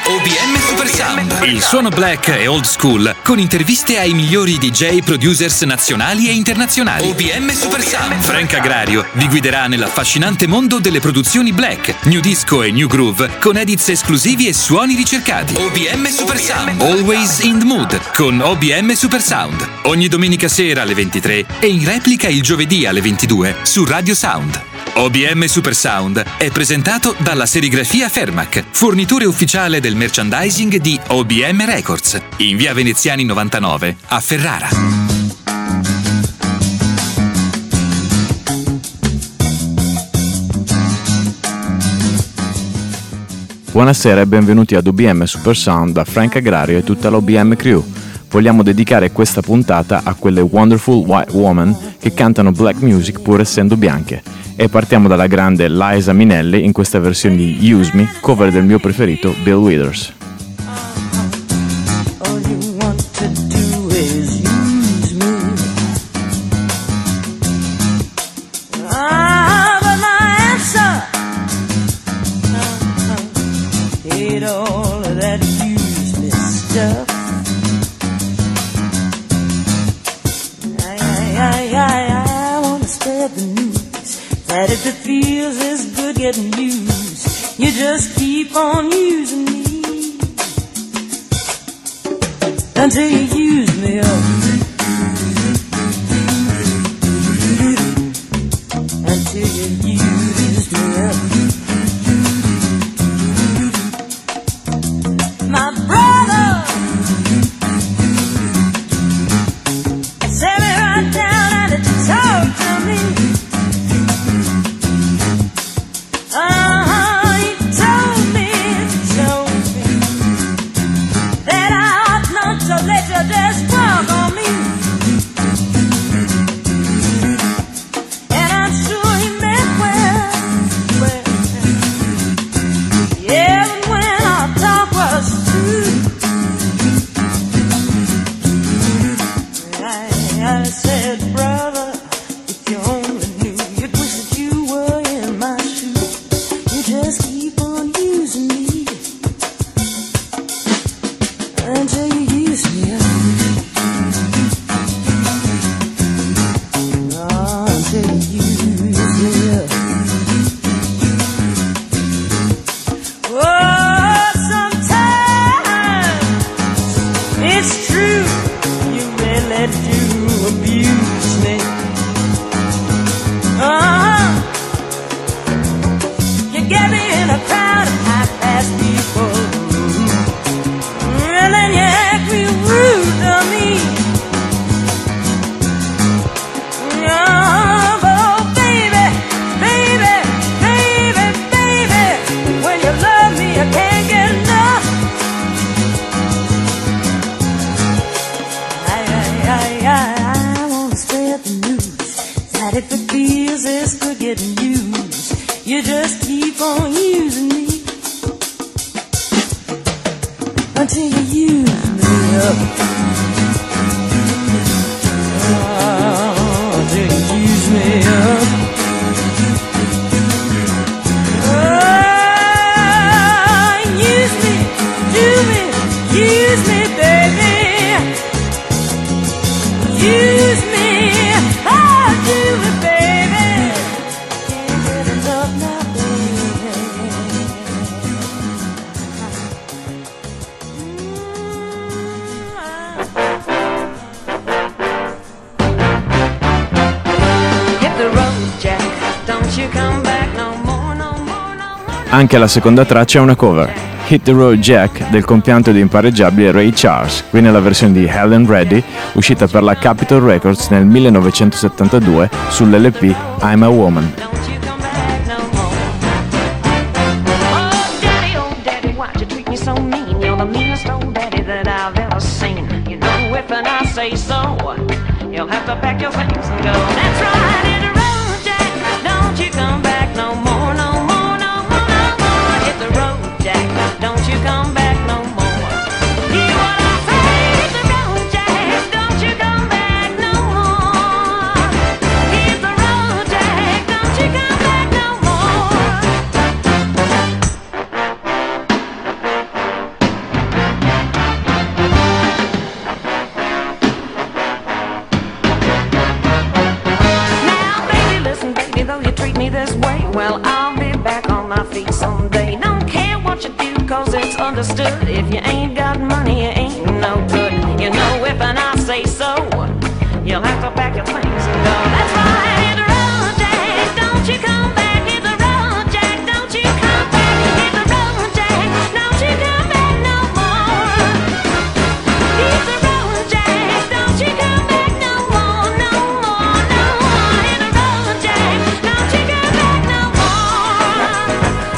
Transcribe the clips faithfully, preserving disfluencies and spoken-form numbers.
O B M Super Sound, il suono black e old school con interviste ai migliori D J producers nazionali e internazionali. O B M Super Sound. Frank Agrario vi guiderà nell'affascinante mondo delle produzioni black, new disco e new groove con edits esclusivi e suoni ricercati. O B M Super Sound. Always in the mood con O B M Super Sound. Ogni domenica sera alle ventitré e in replica il giovedì alle ventidue su Radio Sound. O B M Super Sound è presentato dalla serigrafia Fermac, fornitore ufficiale del merchandising di O B M Records, in via Veneziani novantanove a Ferrara. Buonasera e benvenuti ad O B M Super Sound da Frank Agrario e tutta l'O B M Crew. Vogliamo dedicare questa puntata a quelle wonderful white women che cantano black music pur essendo bianche. E partiamo dalla grande Liza Minnelli in questa versione di Use Me, cover del mio preferito Bill Withers. That if it feels as good getting used, you just keep on using me until you use me up. Until you use me up. My brother set me right down and talk to me. Just walk on me, and I'm sure he meant well, well. Yeah, but when our talk was true, I, I said, brother, if you only knew, you'd wish that you were in my shoes. You just keep on using me until you use me up. If it feels as good getting used, you just keep on using me until you use me up. Oh, until you use me up. Oh, use me, do me, use me, baby. Use me. Oh, do it, baby. Can't get enough now, baby. Hit the road, Jack. Don't you come back no more, no more, no more. Anche la seconda traccia è una cover. Hit the Road Jack del compianto ed impareggiabile Ray Charles, qui nella versione di Helen Reddy, uscita per la Capitol Records nel millenovecentosettantadue sull'L P I'm a Woman. on my feet someday. Don't care what you do, cause it's understood. If you ain't got money, you ain't no good. You know if and I say so, you'll have to pack your things and go. That's right, hit the road, Jack, don't you come back. Hit the road, Jack, don't you come back. Hit the road, Jack, don't you come back no more. Hit the road, Jack, don't you come back no more, no more, no more. Hit the road, Jack, don't you come back no more.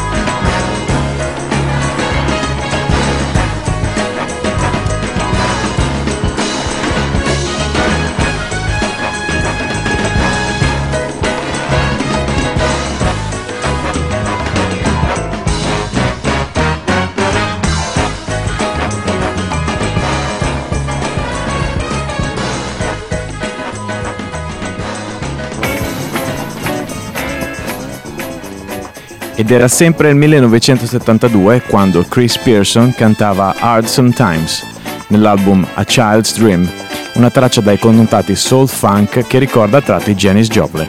Ed era sempre il millenovecentosettantadue quando Chris Pearson cantava Hard Sometimes nell'album A Child's Dream, una traccia dai connotati soul funk che ricorda a tratti Janis Joplin.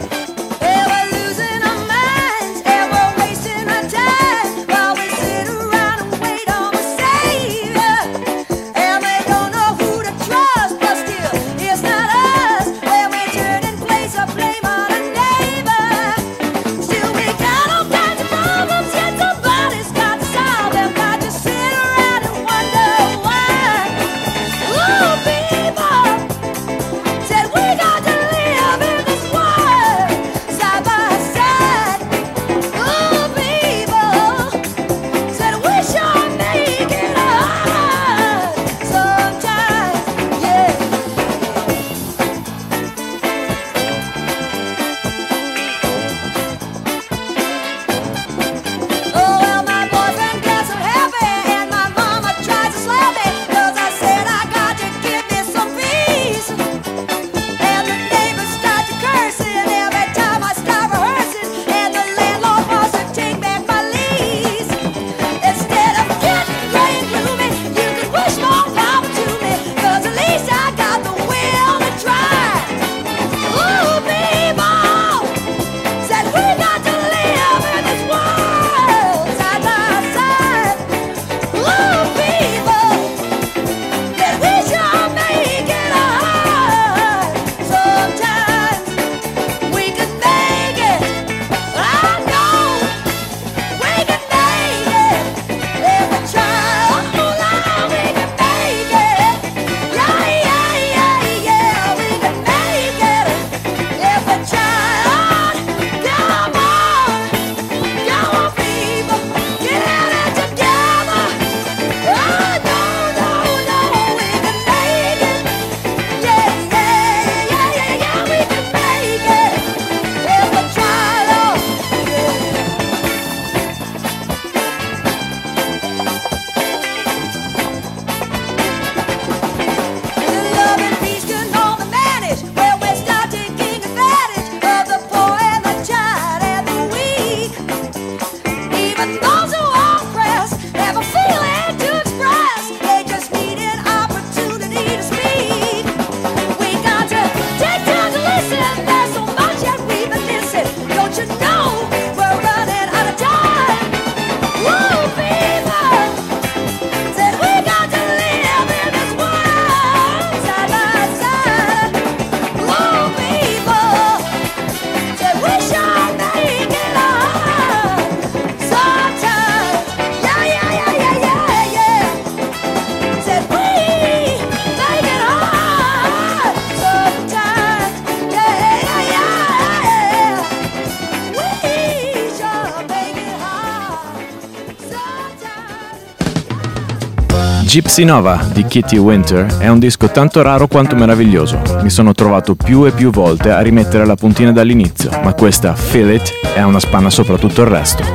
Gypsy Nova di Kitty Winter è un disco tanto raro quanto meraviglioso. Mi sono trovato più e più volte a rimettere la puntina dall'inizio, ma questa Feel It è una spanna sopra tutto il resto.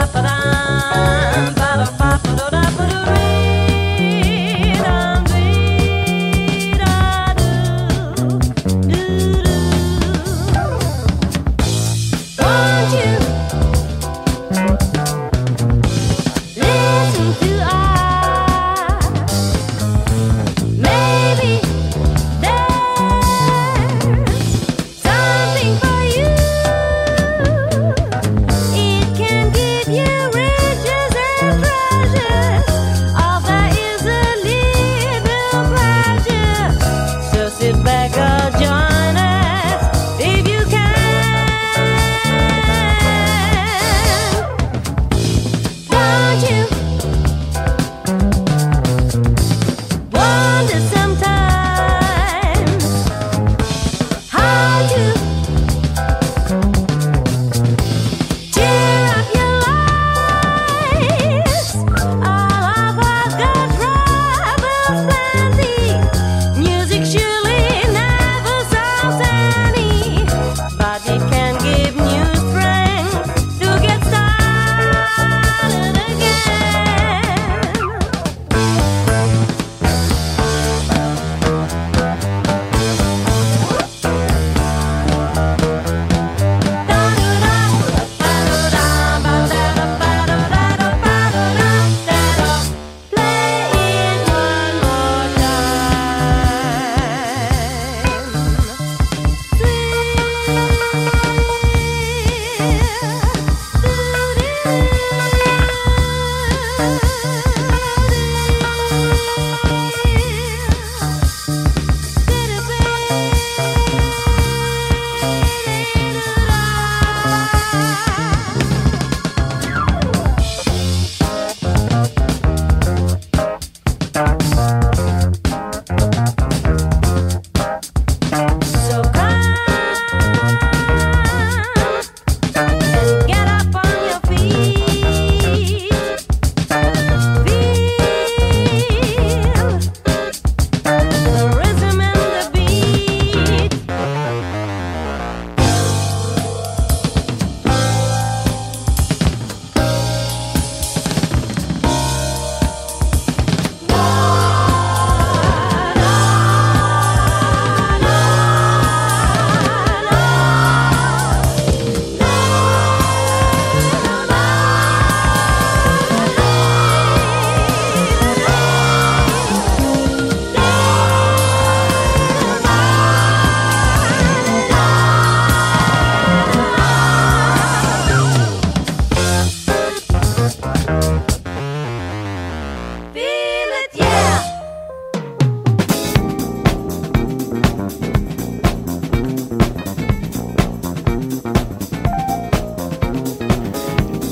Ba-da-ba-ba-da, ba-da-ba-ba-da-ba-da-dee.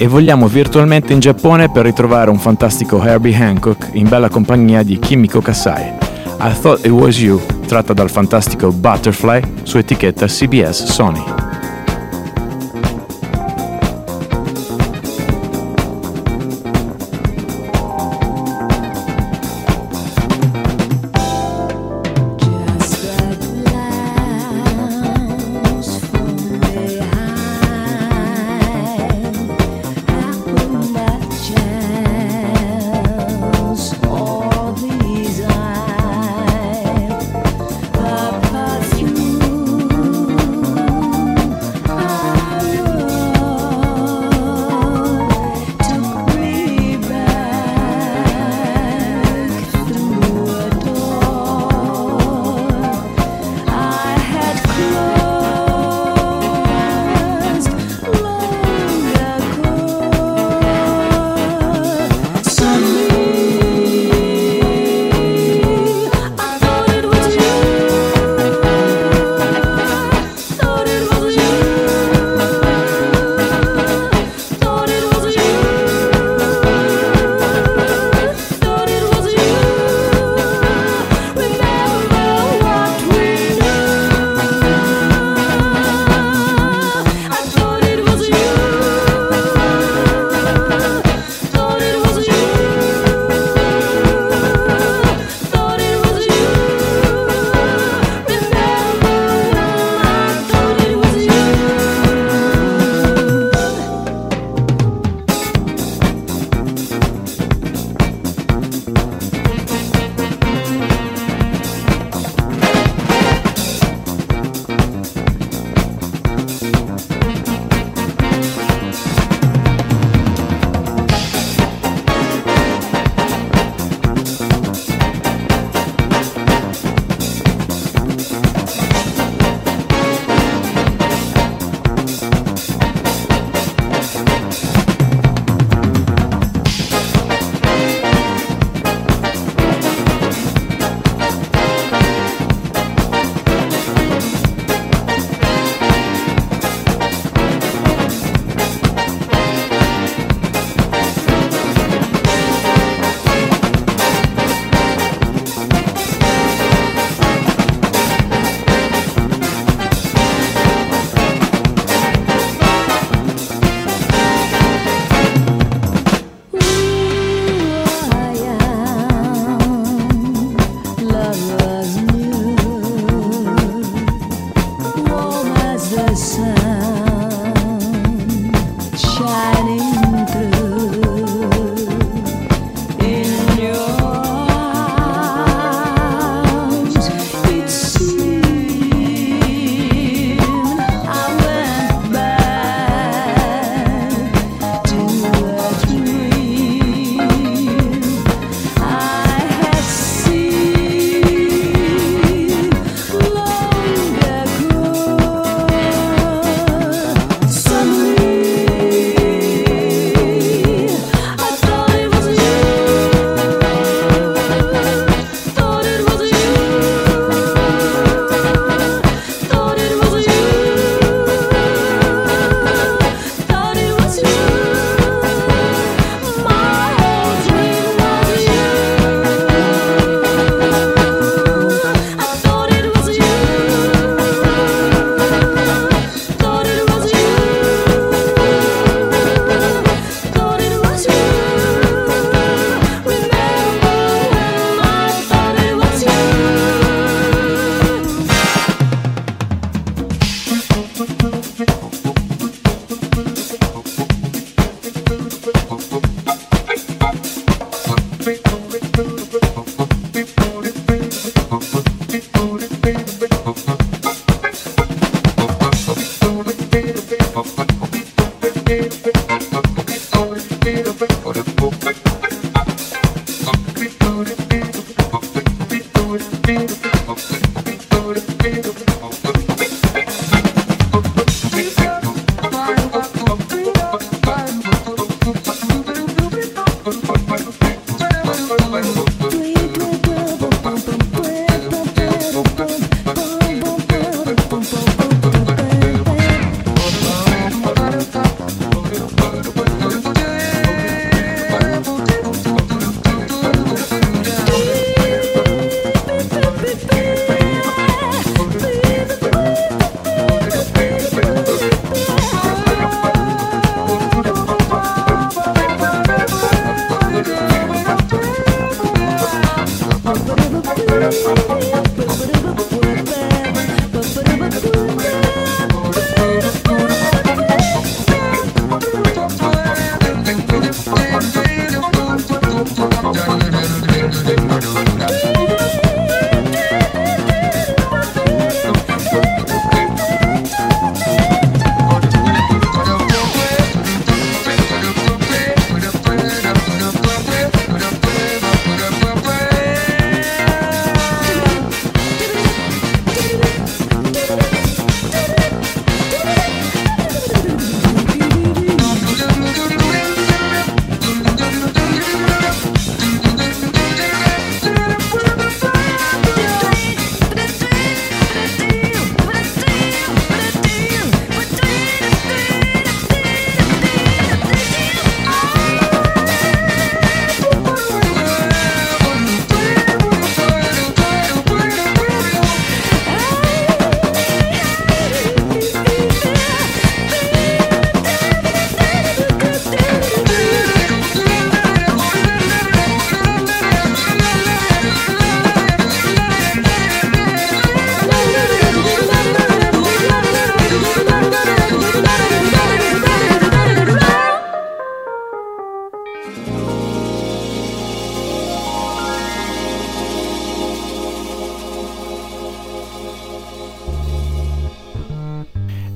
E vogliamo virtualmente in Giappone per ritrovare un fantastico Herbie Hancock in bella compagnia di Kimiko Kasai. I Thought It Was You, tratta dal fantastico Butterfly su etichetta C B S Sony.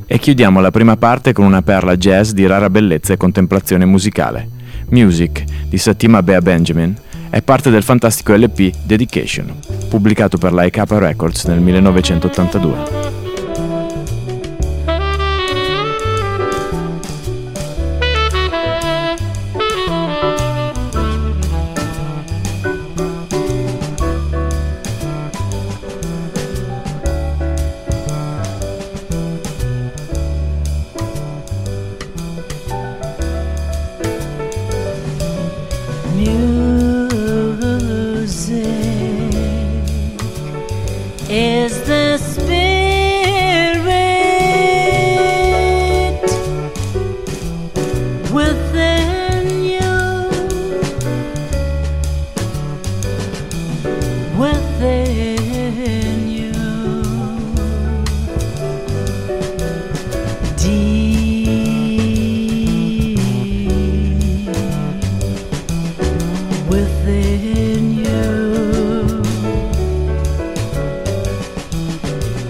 E chiudiamo la prima parte con una perla jazz di rara bellezza e contemplazione musicale. Music di Satima Bea Benjamin è parte del fantastico L P Dedication, pubblicato per la E K Records nel millenovecentottantadue. Is the spirit within you, within you, deep within you?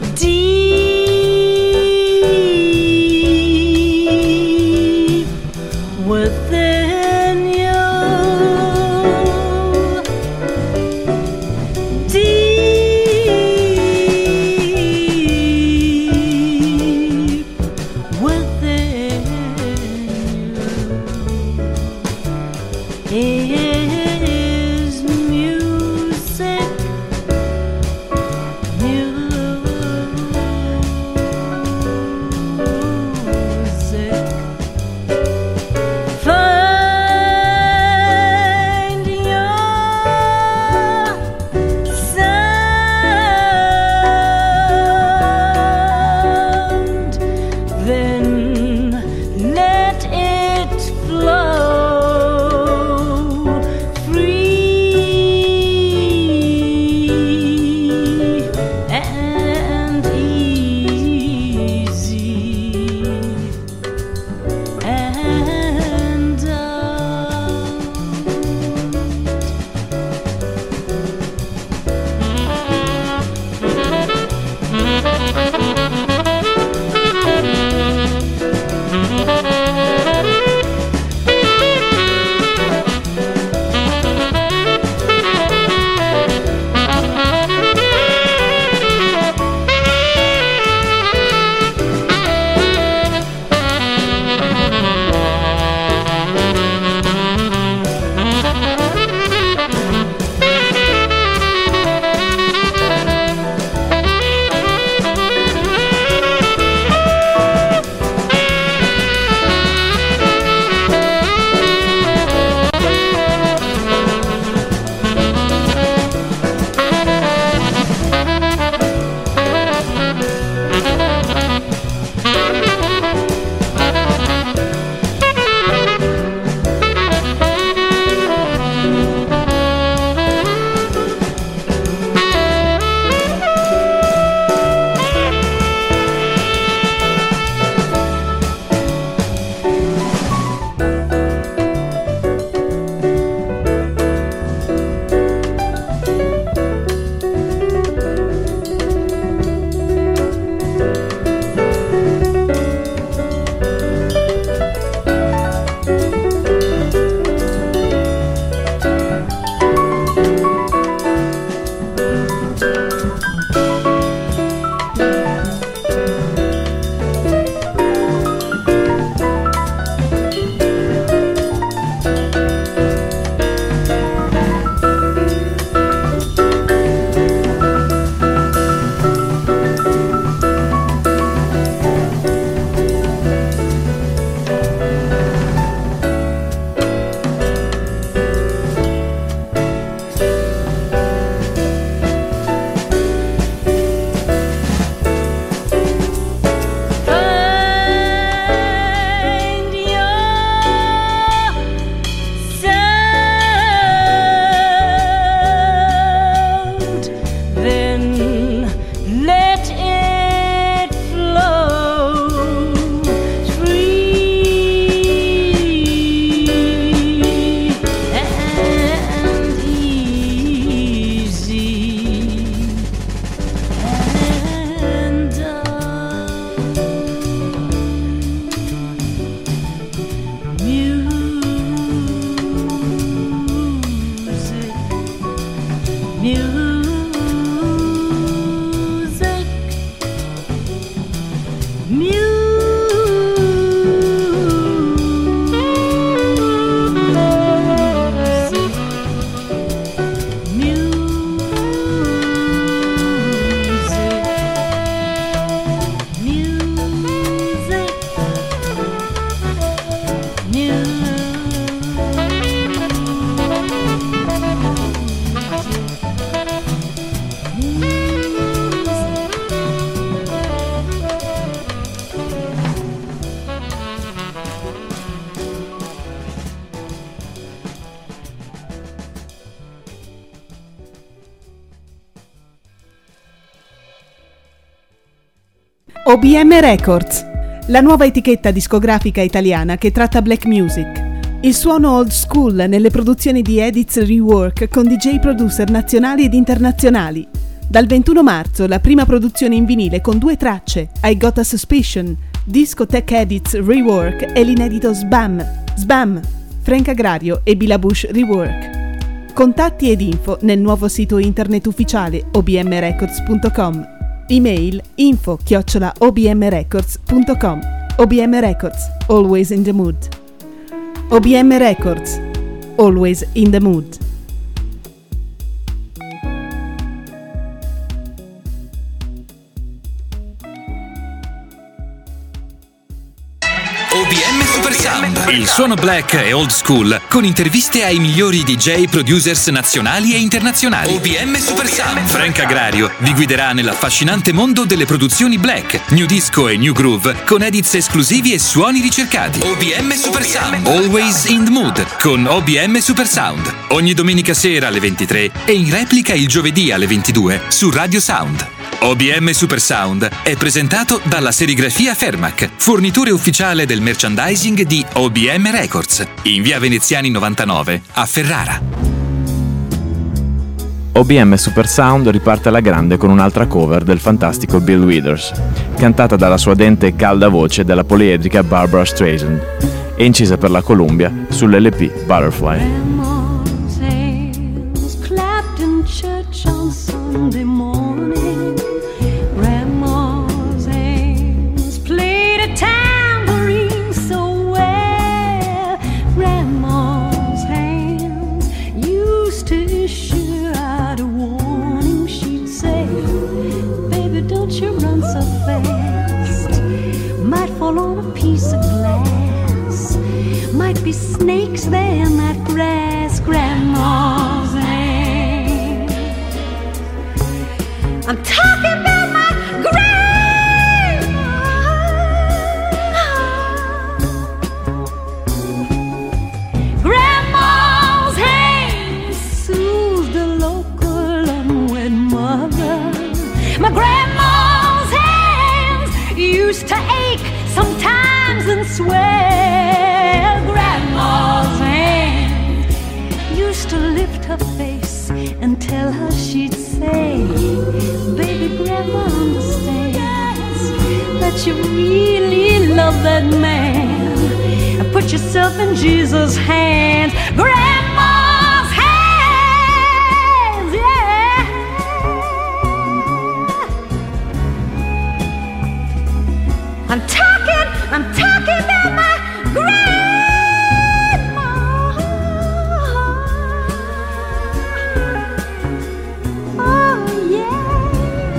O B M Records, la nuova etichetta discografica italiana che tratta black music. Il suono old school nelle produzioni di Edits Rework con D J producer nazionali ed internazionali. Dal ventuno marzo la prima produzione in vinile con due tracce, I Got a Suspicion, Discotech Edits Rework e l'inedito Sbam, Sbam, Frank Agrario e Billa Bush Rework. Contatti ed info nel nuovo sito internet ufficiale o b m records punto com. Email info chiocciola o b m records punto com. O B M Records, always in the mood. O B M Records, always in the mood. O B M Super Sound, il suono black e old school con interviste ai migliori D J producers nazionali e internazionali. O B M Super Sound, Frank Agrario vi guiderà nell'affascinante mondo delle produzioni black, new disco e new groove con edits esclusivi e suoni ricercati. O B M Super Sound, always in the mood con O B M Super Sound. Ogni domenica sera alle ventitré e in replica il giovedì alle ventidue su Radio Sound. O B M Super Sound è presentato dalla serigrafia Fermac, fornitore ufficiale del merchandising di O B M Records, in via Veneziani novantanove a Ferrara. O B M Super Sound riparte alla grande con un'altra cover del fantastico Bill Withers, cantata dalla suadente e calda voce della poliedrica Barbara Streisand e incisa per la Columbia sull'L P Butterfly. Grandma's hands clapped in church on Sunday morning. Grandma's hands played a tambourine so well. Grandma's hands used to issue out a warning. She'd say, "Baby, don't you run so fast. Might fall on a piece of glass. Might be snakes there in that grass." Grandma's hands. I'm talking about my grandma. Grandma's hands soothed a local unwed mother. My grandma's hands used to ache sometimes and swell. Grandma's hands used to lift her face and tell her, she'd say, "Baby, Grandma understands that you really love that man. Put yourself in Jesus' hands." Grandma's hands, yeah. I'm talking, I'm talking about my grandma. Oh, yeah.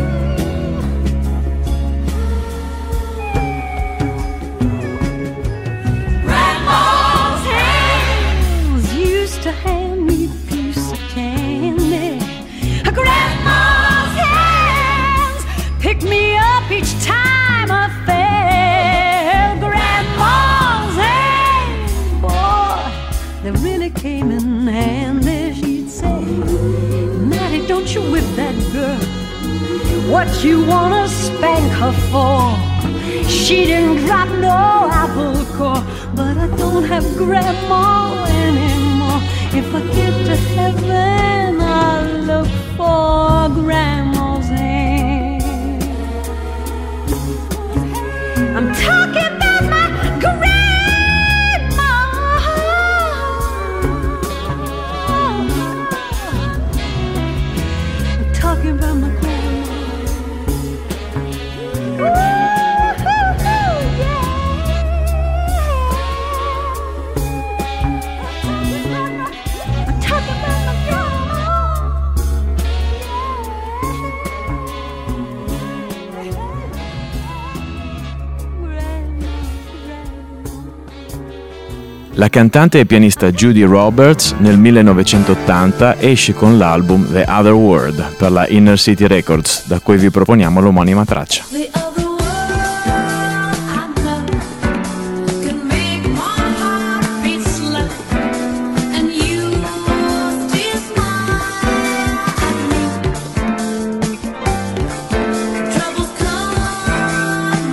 Grandma's hands used to hand me a piece of candy. Grandma's hands picked me up each time I fell. Grandma's hands, boy, they really came in handy. She'd say, "Matty, don't you whip that girl. What you wanna spank her for? She didn't drop no apple core." But I don't have Grandma anymore. If I get to heaven, I'll look for Grandma's hand. I'm talking about my grandma. I'm talking about my grandma. Woo-hoo-hoo, yeah. I'm talking about my grandma. La cantante e pianista Judy Roberts nel millenovecentottanta esce con l'album The Other World per la Inner City Records, da cui vi proponiamo l'omonima traccia. The other world I know can make my heart beat slow, and you still smile at me. Troubles come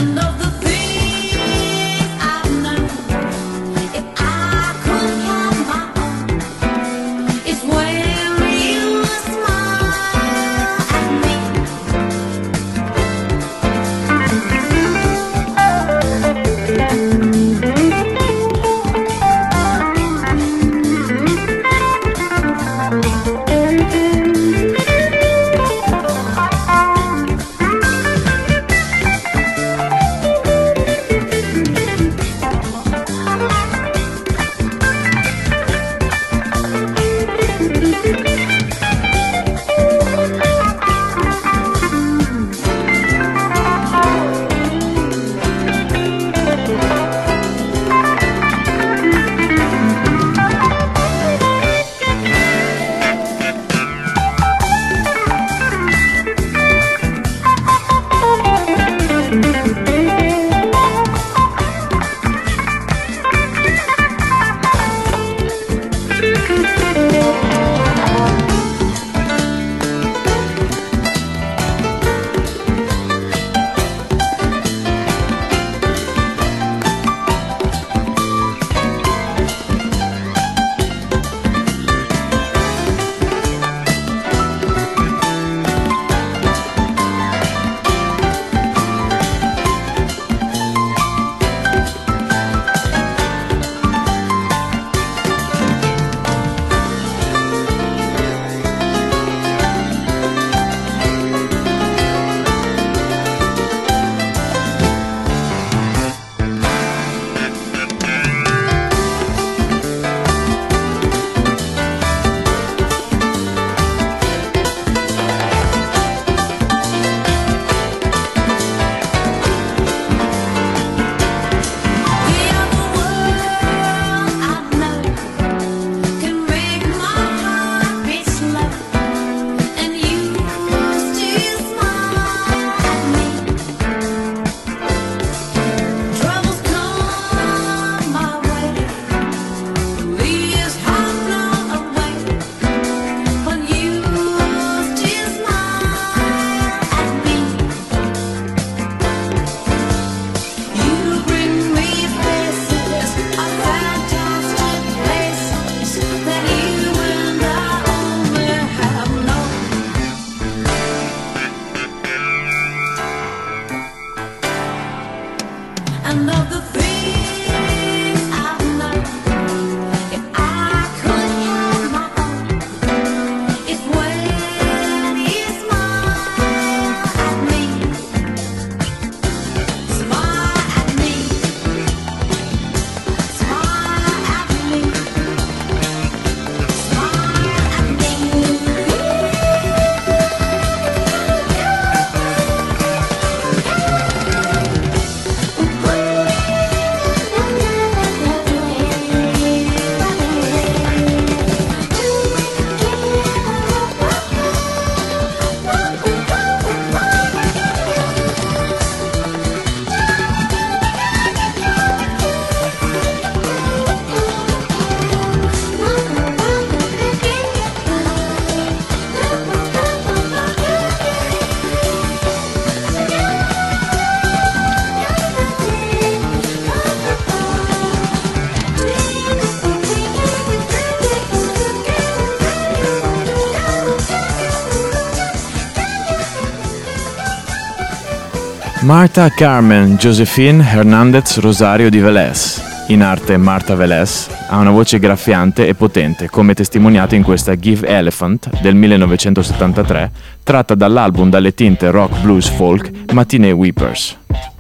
Marta Carmen Josephine Hernández Rosario di Vélez, in arte Marta Vélez, ha una voce graffiante e potente, come testimoniato in questa Give Elephant del millenovecentosettantatré, tratta dall'album dalle tinte rock blues folk Matinee Weepers.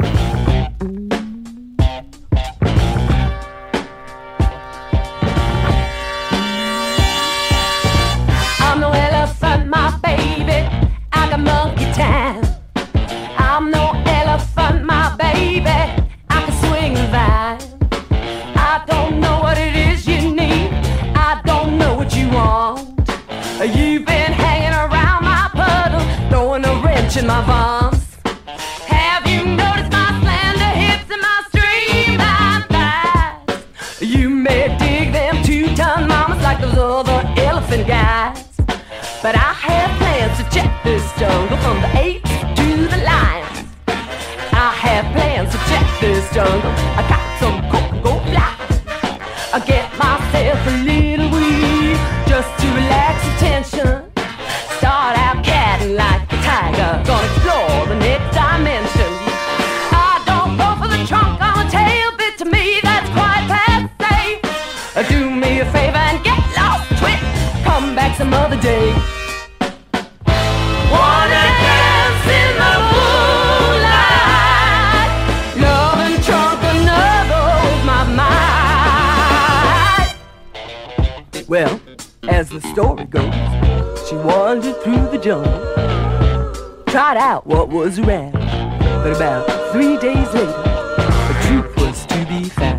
You've been hanging around my puddle, throwing a wrench in my bombs. Have you noticed my this jungle. I got some go-go fly. I get myself a little weed just to relax the tension. Start out catting like a tiger, gonna explore the next dimension. I don't go for the trunk on a tail bit, to me that's quite passe. Do me a favor and get lost, twit, come back some other day. Wanna dance in the moonlight, love and trunk another my mind. Well, as the story goes, she wandered through the jungle, tried out what was around, but about three days later, the truth was to be found.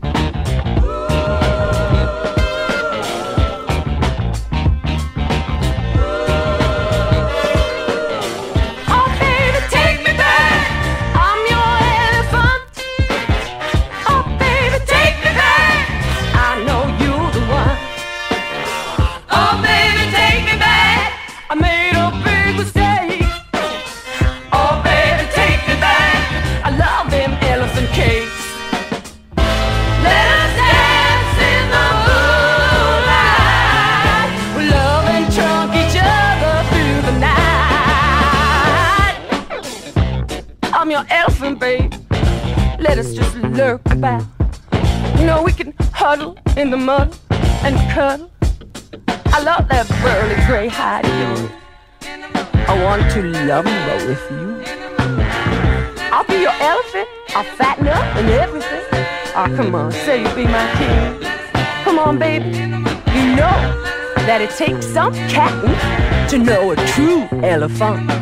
Elephant, babe, let us just lurk about. You know, we can huddle in the mud and cuddle. I love that burly gray hide of yours. I want to lumber with you. I'll be your elephant, I'll fatten up and everything. Oh, come on, say you'll be my king. Come on, baby, you know that it takes some catting to know a true elephant.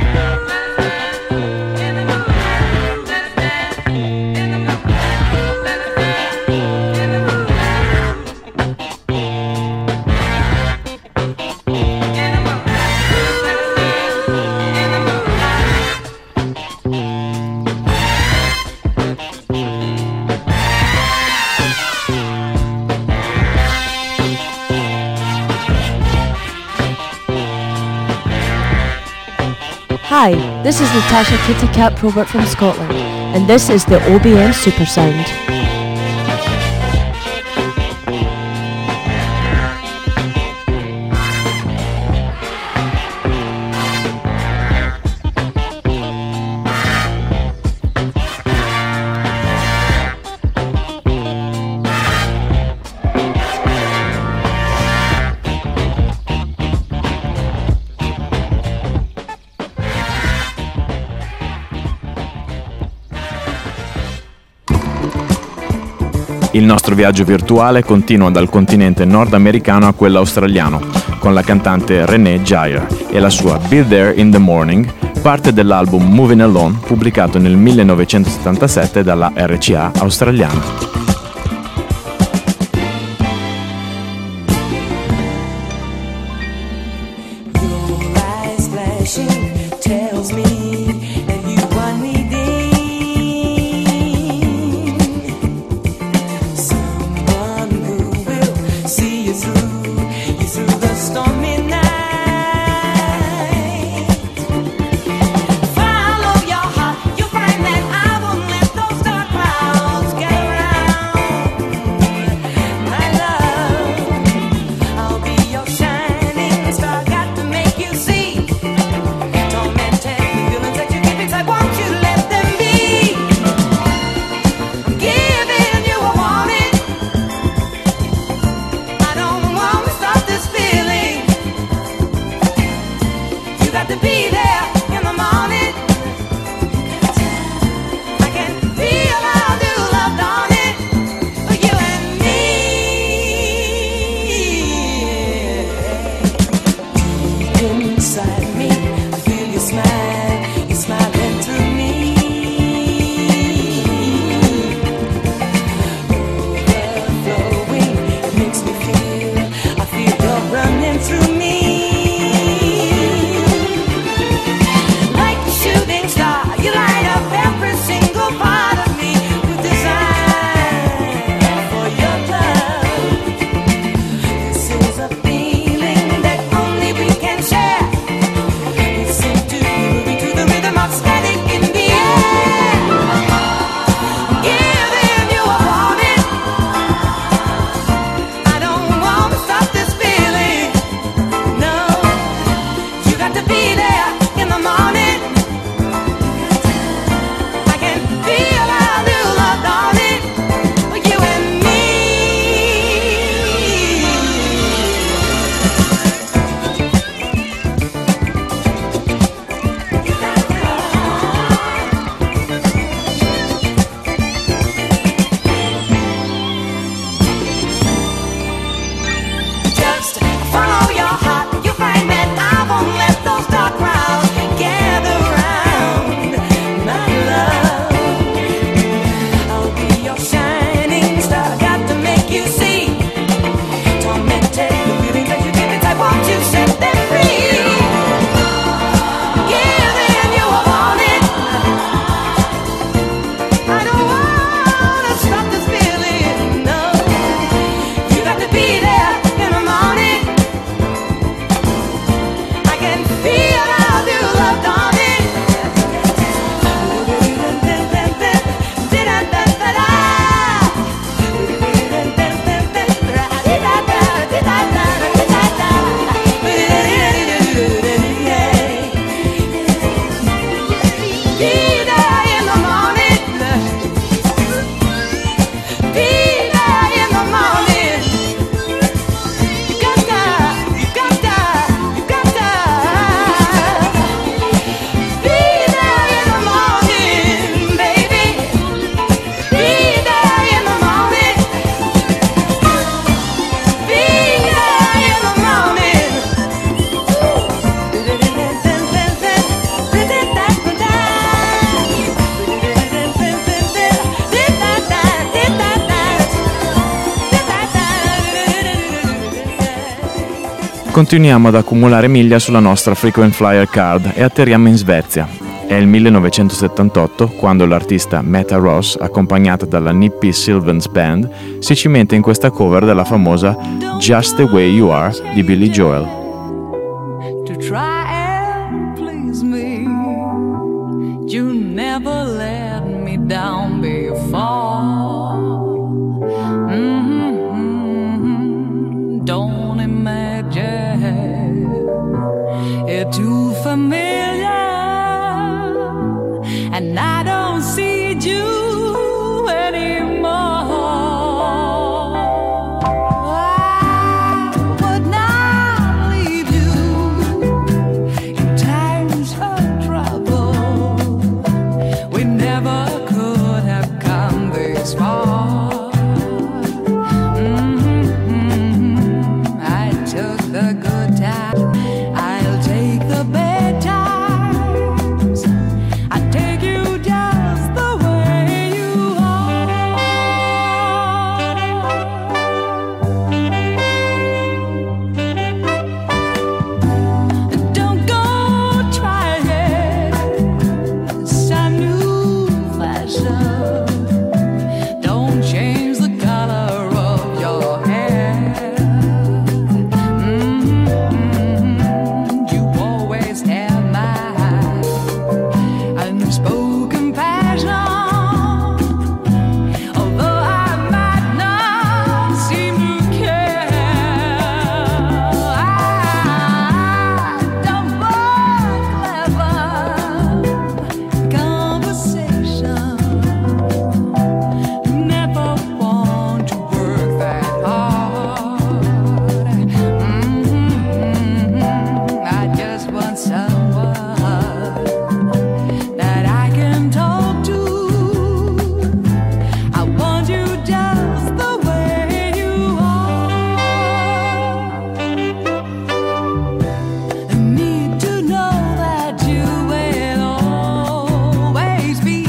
Hi, this is Natasha Kitty Cat Probert from Scotland, and this is the O B M Super Sound. Il nostro viaggio virtuale continua dal continente nordamericano a quello australiano, con la cantante Renee Jair e la sua Be There in the Morning, parte dell'album Moving Alone, pubblicato nel millenovecentosettantasette dalla R C A australiana. Follow your heart, you'll find that I won't let those dark clouds get around. Continuiamo ad accumulare miglia sulla nostra frequent flyer card e atterriamo in Svezia. È il millenovecentosettantotto quando l'artista Meta Ross, accompagnata dalla Nippy Sylvans Band, si cimenta in questa cover della famosa Just the Way You Are di Billy Joel. To try and please me, you never let me down before. Mm-hmm. Don't imagine it too familiar, and I don't see you anymore. I would not leave you in times of trouble. We never could have come this far. Mm-hmm. I took the good times, I'll take the bad times. I take you just the way you are. Don't go trying some new fashion. Don't change the color of your hair. Mm-hmm. You always have my unspoken passion. Although I might not seem to care, I don't want clever conversation. Never want to work that hard. Mm-hmm. I just want someone that I can talk to. I want you just the way you are. I need to know that you will always be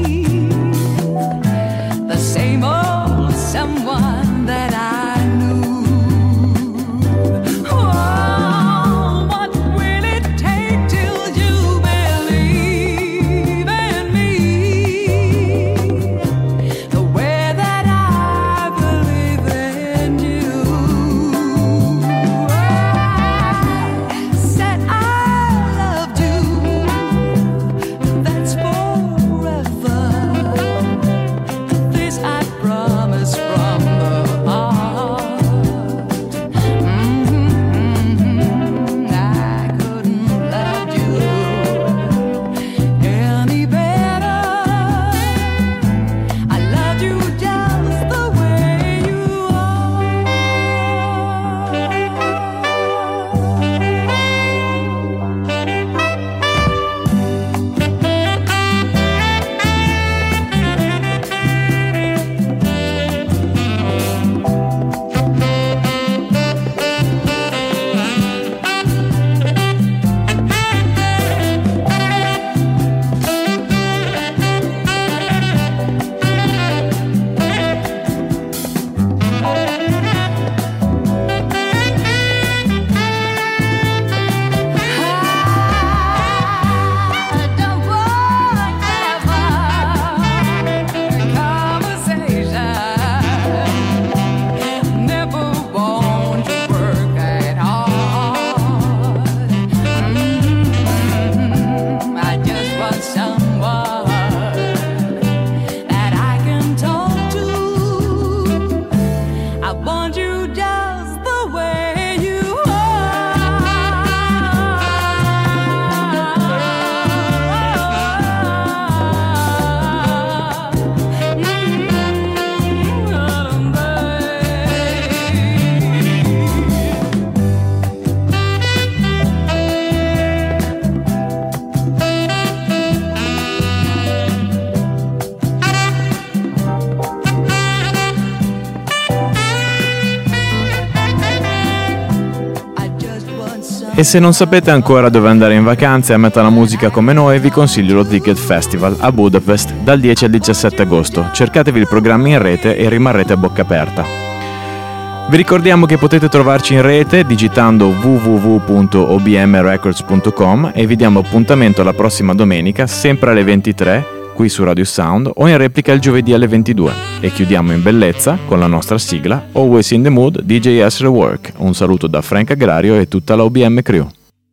the same old someone that I knew. Oh, what will it take till you believe in me the way that I believe in you? I said I loved you, that's forever. This I promise from the heart. Mm-hmm. I couldn't love you any better. I love you just the way you E se non sapete ancora dove andare in vacanza e amate la musica come noi, vi consiglio lo Ticket Festival a Budapest dal dieci al diciassette agosto. Cercatevi il programma in rete e rimarrete a bocca aperta. Vi ricordiamo che potete trovarci in rete digitando w w w punto o b m records punto com e vi diamo appuntamento la prossima domenica, sempre alle ventitré, qui su Radio Sound, o in replica il giovedì alle ventidue. E chiudiamo in bellezza con la nostra sigla Always in the Mood D J S Rework. Un saluto da Frank Agrario e tutta la O B M Crew.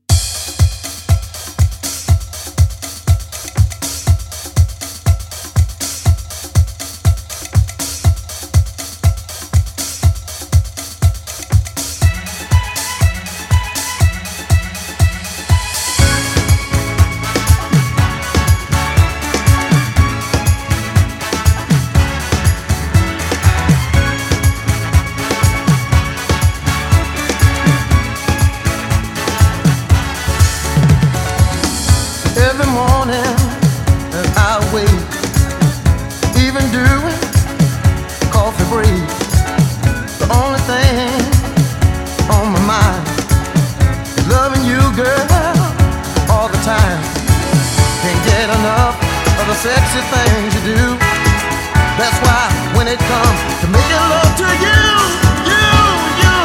Sexy things you do. That's why when it comes to making love to you, you, you,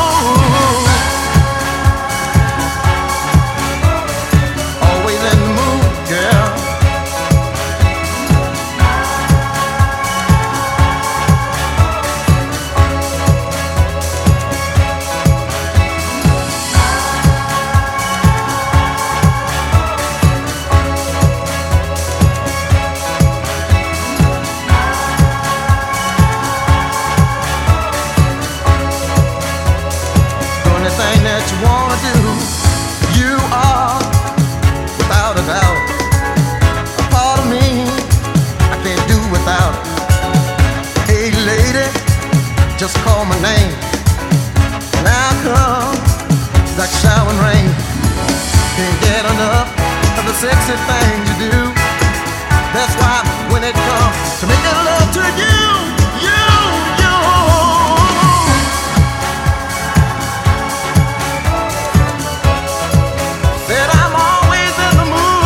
always in the mood, girl. Just call my name, and I'll come like showering rain. Can't get enough of the sexy things you do. That's why when it comes to making love to you, you, you, said I'm always in the mood.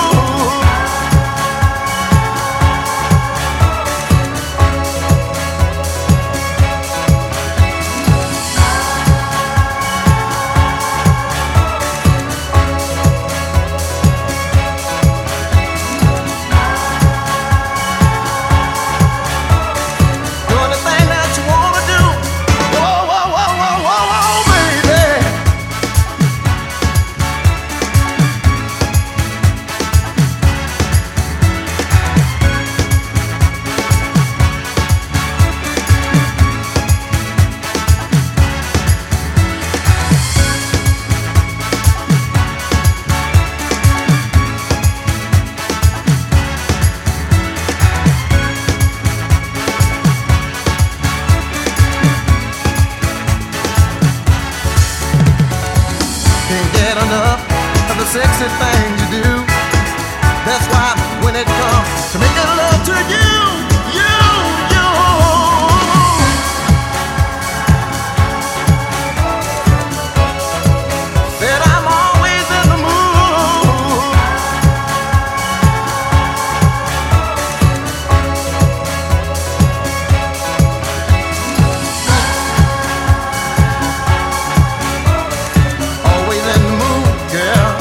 Sexy things you do. That's why when it comes to making love to you, you, you, said I'm always in the mood. Always in the mood, girl.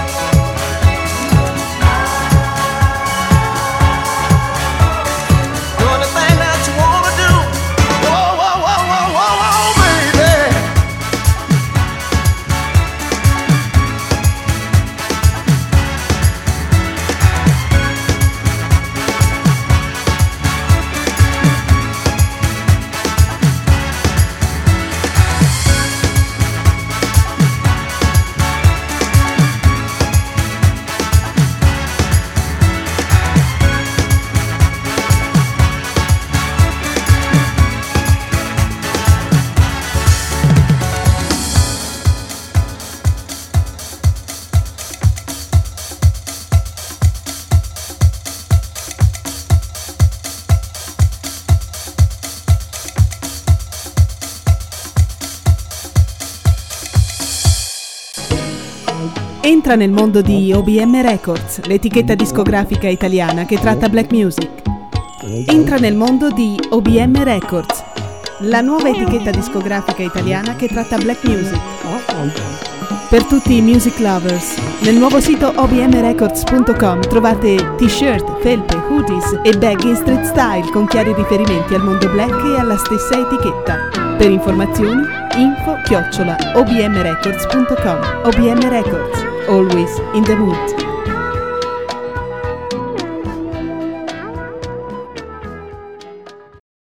Entra nel mondo di O B M Records, l'etichetta discografica italiana che tratta black music. Entra nel mondo di O B M Records, la nuova etichetta discografica italiana che tratta black music. Per tutti i music lovers, nel nuovo sito o b m records punto com trovate t-shirt, felpe, hoodies e bag in street style con chiari riferimenti al mondo black e alla stessa etichetta. Per informazioni, info chiocciola o b m records punto com. O B M Records, always in the mood.